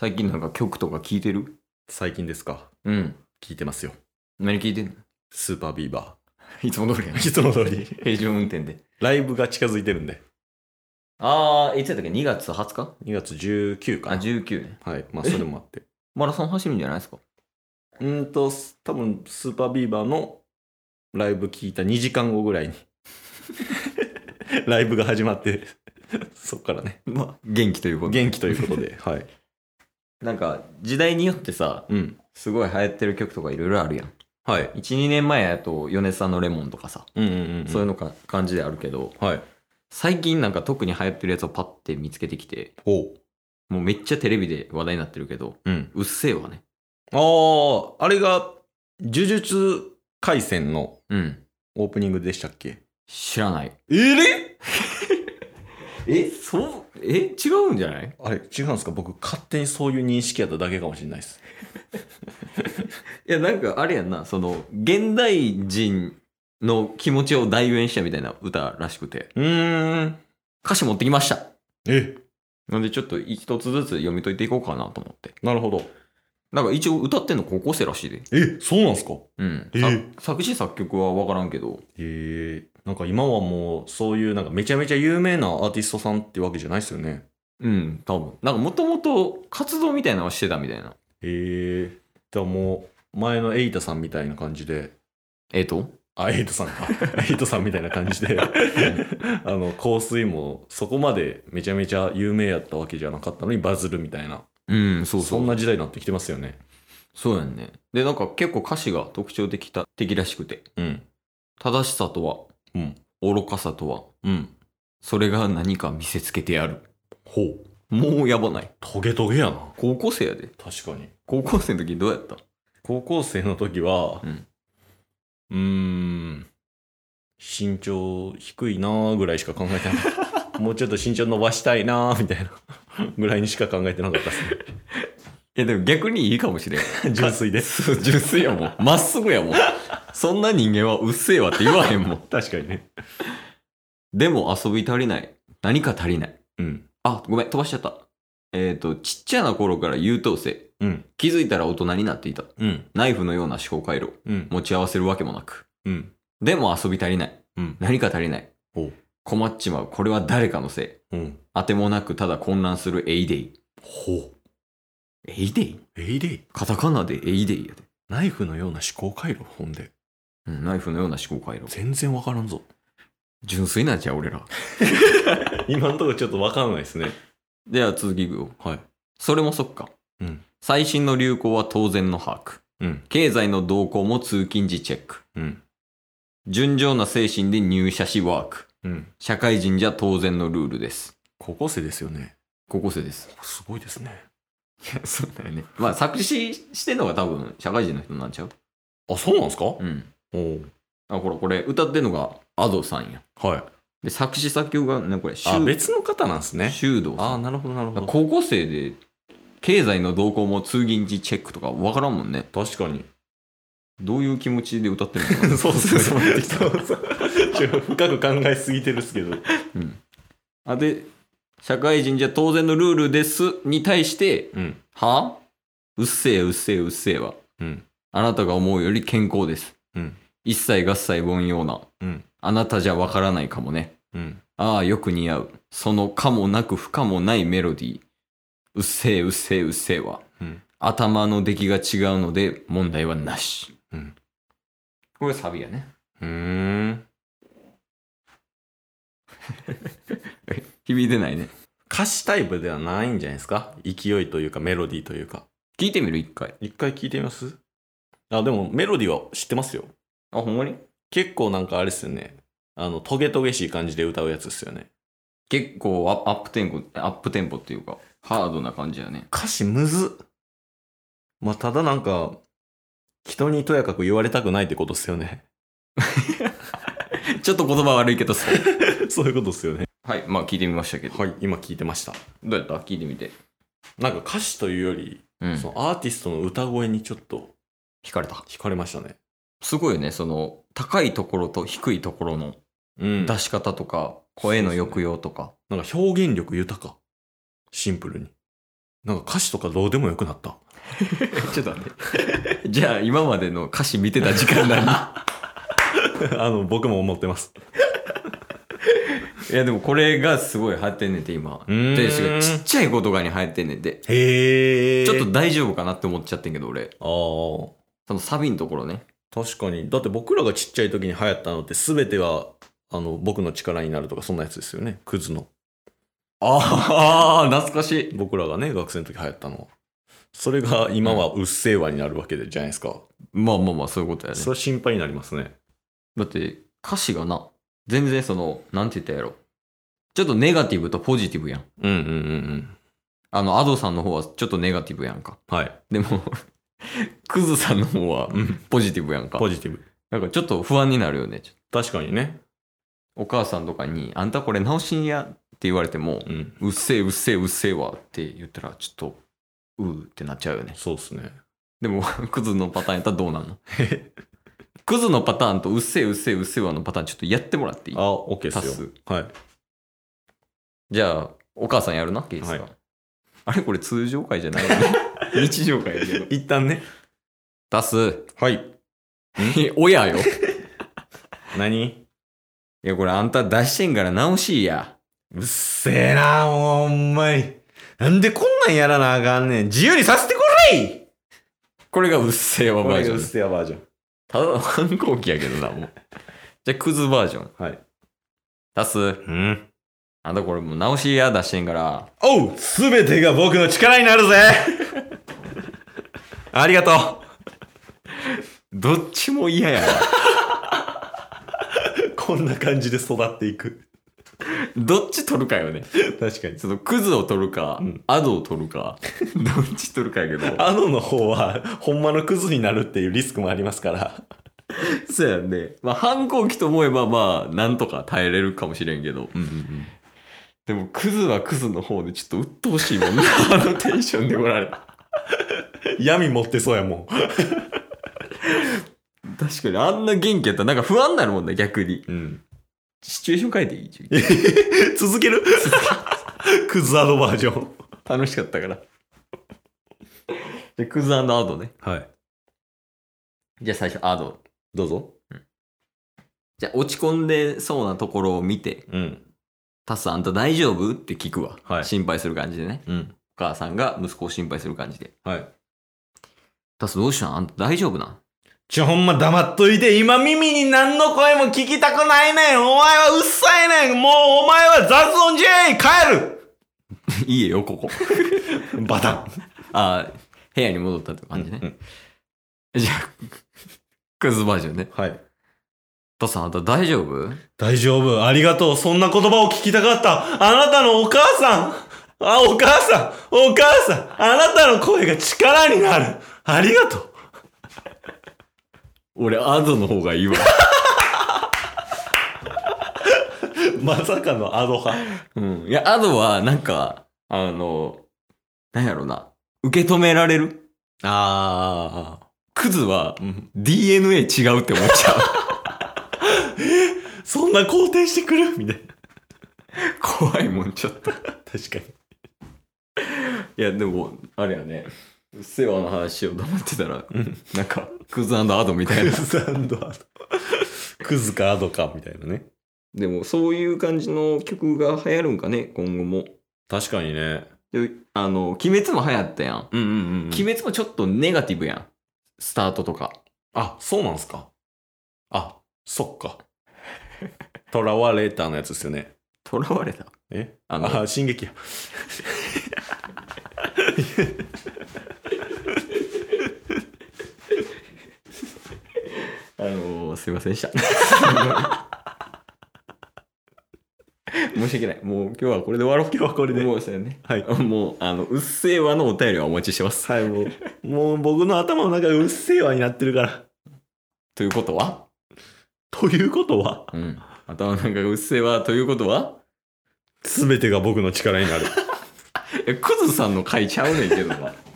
最近なんか曲とか聴いてる？ 最近ですか？ うん。 聞いてますよ。 何聴いてんの？ スーパービーバいつも通りやー。 ね。 いつも通り。 平常運転で。 ライブが近づいてるんで。 いつやったっけ？ 2 月20日？ 2月19かな。 19ね。 はい。まあ、それもあって。 マラソン走るんじゃないですか？ 多分、スーパービーバーのライブ聞いた2時間後ぐらいに。ライブが始まって、そっからね。 まあ、元気ということで。 元気ということで、はい。 なんか、時代によってさ、すごい流行ってる曲とかいろいろあるやん。 はい。 1、2年前やと、米津さんのレモンとかさ、そういうの感じであるけど、 はい。 最近なんか特に流行ってるやつをパッて見つけてきて、 ほもうめっちゃテレビで話題になってるけど、 う。 うっせぇわね。 あれが、呪術廻戦のオープニングでしたっけ？ 知らない。 れ違うんじゃない？ あれ、違うんですか？僕、勝手にそういう認識やっただけかもしれないです。 いや、なんかあれやんな、その、現代人の気持ちを代弁したみたいな歌らしくて。歌詞持ってきました。なんでちょっと一つずつ読み解いていこうかなと思って。 なるほど。 なんか一応歌ってんの高校生らしいで。 そうなんすか？ 作詞作曲は分からんけど。 なんか今はもう、そういうなんかめちゃめちゃ有名なアーティストさんってわけじゃないですよね。 多分。なんかもともと活動みたいなのはしてたみたいな。 じゃあもう、前のエイタさんみたいな感じで。エイタさんか。エイタさんみたいな感じで。香水もそこまでめちゃめちゃ有名やったわけじゃなかったのにバズるみたいな。そんな時代になってきてますよね。 そうやんね。で、なんか結構歌詞が特徴的らしくて。正しさとは、愚かさとは、それが何か見せつけてやる。もうやばない。 トゲトゲやな。 高校生やで。 確かに。 高校生の時どうやった？ 高校生の時は、身長低いなーぐらいしか考えてなかった。もうちょっと身長伸ばしたいなーみたいなぐらいにしか考えてなかったですね。 いやでも逆にいいかもしれん。 純粋で。 純粋やもん。まっすぐやもん。そんな人間はうっせぇわって言わへんもん。 確かにね。 でも遊び足りない。何か足りない。ごめん、飛ばしちゃった。ちっちゃな頃から優等生。気づいたら大人になっていた。ナイフのような思考回路。持ち合わせるわけもなく。でも遊び足りない。何か足りない。困っちまう。これは誰かのせい。当てもなくただ混乱するエイデイ。エイデイカタカナでエイデイやで。 ナイフのような思考回路ほんで。 ナイフのような思考回路。 全然わからんぞ。 純粋なんちゃう俺ら。 今んとこちょっとわかんないですね。 では続きいくよ。それもそっか。最新の流行は当然の把握。経済の動向も通勤時チェック。純情な精神で入社しワーク。社会人じゃ当然のルールです。 高校生ですよね。 高校生です。 すごいですね。 いや、そうだよね。まあ作詞してんのが多分社会人の人なんちゃう？ そうなんですか？ これ歌ってんのがアドさんや。で、作詞作曲がね、これ、 別の方なんですね。 修道さん。 なるほど、なるほど。 高校生で、経済の動向も通勤時チェックとか分からんもんね。 確かに。 どういう気持ちで歌ってるのかな。 そう深く考えすぎてるっすけど。 で、社会人じゃ当然のルールですに対して、うっせぇうっせぇうっせぇは、あなたが思うより健康です。一切合切凡庸な。あなたじゃわからないかもね。よく似合う。そのかもなく不可もないメロディー。うっせぇうっせぇうっせぇは、頭の出来が違うので問題はなし。これサビやね。響いてないね。 歌詞タイプではないんじゃないですか？勢いというかメロディーというか。 聞いてみる？一回聞いてみます？でもメロディーは知ってますよ。 ほんまに？ 結構なんかあれですよね。トゲトゲしい感じで歌うやつですよね。 結構アップテンポっていうか、ハードな感じやね。 歌詞むずっ。ただなんか、人にとやかく言われたくないってことっすよね。 ちょっと言葉悪いけどそういうことっすよね。 聞いてみましたけど。 今聞いてました。 どうやった？聞いてみて。 なんか歌詞というより、そのアーティストの歌声にちょっと惹かれましたね。 すごいよね。その高いところと低いところの出し方とか、声の抑揚とか。 なんか表現力豊か。シンプルに。 なんか歌詞とかどうでもよくなった。 ちょっと待って。じゃあ今までの歌詞見てた時間何？ 僕も思ってます。 いやでもこれがすごい流行ってんねんて今。で、ちっちゃい子とかに流行ってんねんて。 へー。 ちょっと大丈夫かなって思っちゃってんけど俺。そのサビのところね。 確かに。だって僕らがちっちゃい時に流行ったのって全ては僕の力になるとかそんなやつですよね。クズの。 ああ、懐かしい。 僕らがね、学生の時流行ったのは。それが今はうっせぇわになるわけじゃないですか。 まあまあまあ、そういうことやね。 それは心配になりますね。 だって歌詞がな、全然なんて言ったやろ。ちょっとネガティブとポジティブやん。 うんうんうんうん。 アドさんの方はちょっとネガティブやんか。 はい。 でも、クズさんの方はポジティブやんか。 ポジティブ。 なんかちょっと不安になるよね。 確かにね。 お母さんとかに、あんたこれ直しんやって言われても、うっせぇうっせぇうっせぇわって言ったら、ちょっと、うーってなっちゃうよね。 そうっすね。でも、クズのパターンやったらどうなんの？クズのパターンとうっせぇうっせぇうっせぇわのパターンちょっとやってもらっていい？ オッケーっすよ。はい。 じゃあ、お母さんやるな、ケースが。はい、あれこれ通常回じゃないよね。日常回やけど。 一旦ね。 出す。 はい。 親よ。 何？ いや、これあんた出してんから直しや。 うっせえな、もうほんまに。なんでこんなんやらなあかんねん。自由にさせてくれい！ これがうっせえわバージョン。 うっせえわバージョン。 ただの反抗期やけどな、もう。じゃあ、クズバージョン。 はい。 出す。あんたこれもう直しや出してんから。 おう！すべてが僕の力になるぜありがとう。どっちも嫌やな。 こんな感じで育っていく。 どっち取るかよね。 確かに。 そのクズを取るか、アドを取るか、どっち取るかやけど。 アドの方は、ほんまのクズになるっていうリスクもありますから。 そうやんね。まあ、反抗期と思えば、まあ、なんとか耐えれるかもしれんけど。でも、クズはクズの方でちょっと鬱陶しいもんな。あのテンションでおられた。 闇持ってそうやもん。 確かに、あんな元気やったらなんか不安になるもんね、逆に。シチュエーション変えていい？ 続ける？クズアドバージョン。 楽しかったから。で、クズアドね。 はい。 じゃあ最初、アド。 どうぞ。 じゃあ落ち込んでそうなところを見て、タスあんた大丈夫？って聞くわ。はい。心配する感じでね。お母さんが息子を心配する感じで。 はい。 タスどうしたん？あんた大丈夫なん？ ほんま黙っといて。今耳に何の声も聞きたくないねん。お前はうっさいねん。もうお前は雑音 J！ 帰るいいよ、ここ。 バタン。 部屋に戻ったって感じね。じゃあ、クズバージョンね。 はい。 タスあんた大丈夫？ 大丈夫。ありがとう。そんな言葉を聞きたかった。あなたのお母さん。お母さん。お母さん。あなたの声が力になる。ありがとう。 俺、アドの方がいいわ。 まさかのアド派。 いや、アドは、なんか、なんやろな。受け止められる。クズは、DNA 違うって思っちゃう。 そんな肯定してくるみたいな。 怖いもん、ちょっと。 確かに。 いや、でも、あれやね。うっせぇわの話を黙ってたら、なんか、クズアドみたいな。 クズアド。クズかアドかみたいなね。 でも、そういう感じの曲が流行るんかね、今後も。 確かにね。 で、鬼滅も流行ったやん。鬼滅もちょっとネガティブやん。スタートとか。 あ、そうなんすか。そっか。囚われたのやつですよね。 囚われた？ 進撃や。 すいませんでした。申し訳ない。もう今日はこれで終わろう。 今日はこれで。 もうそうやね。 はい。 もう、うっせぇわのお便りはお待ちしてます。 はい、もう僕の頭の中でうっせぇわになってるから。 ということは？頭の中がうっせぇわということは？ すべてが僕の力になる。 クズさんの回ちゃうねんけどな。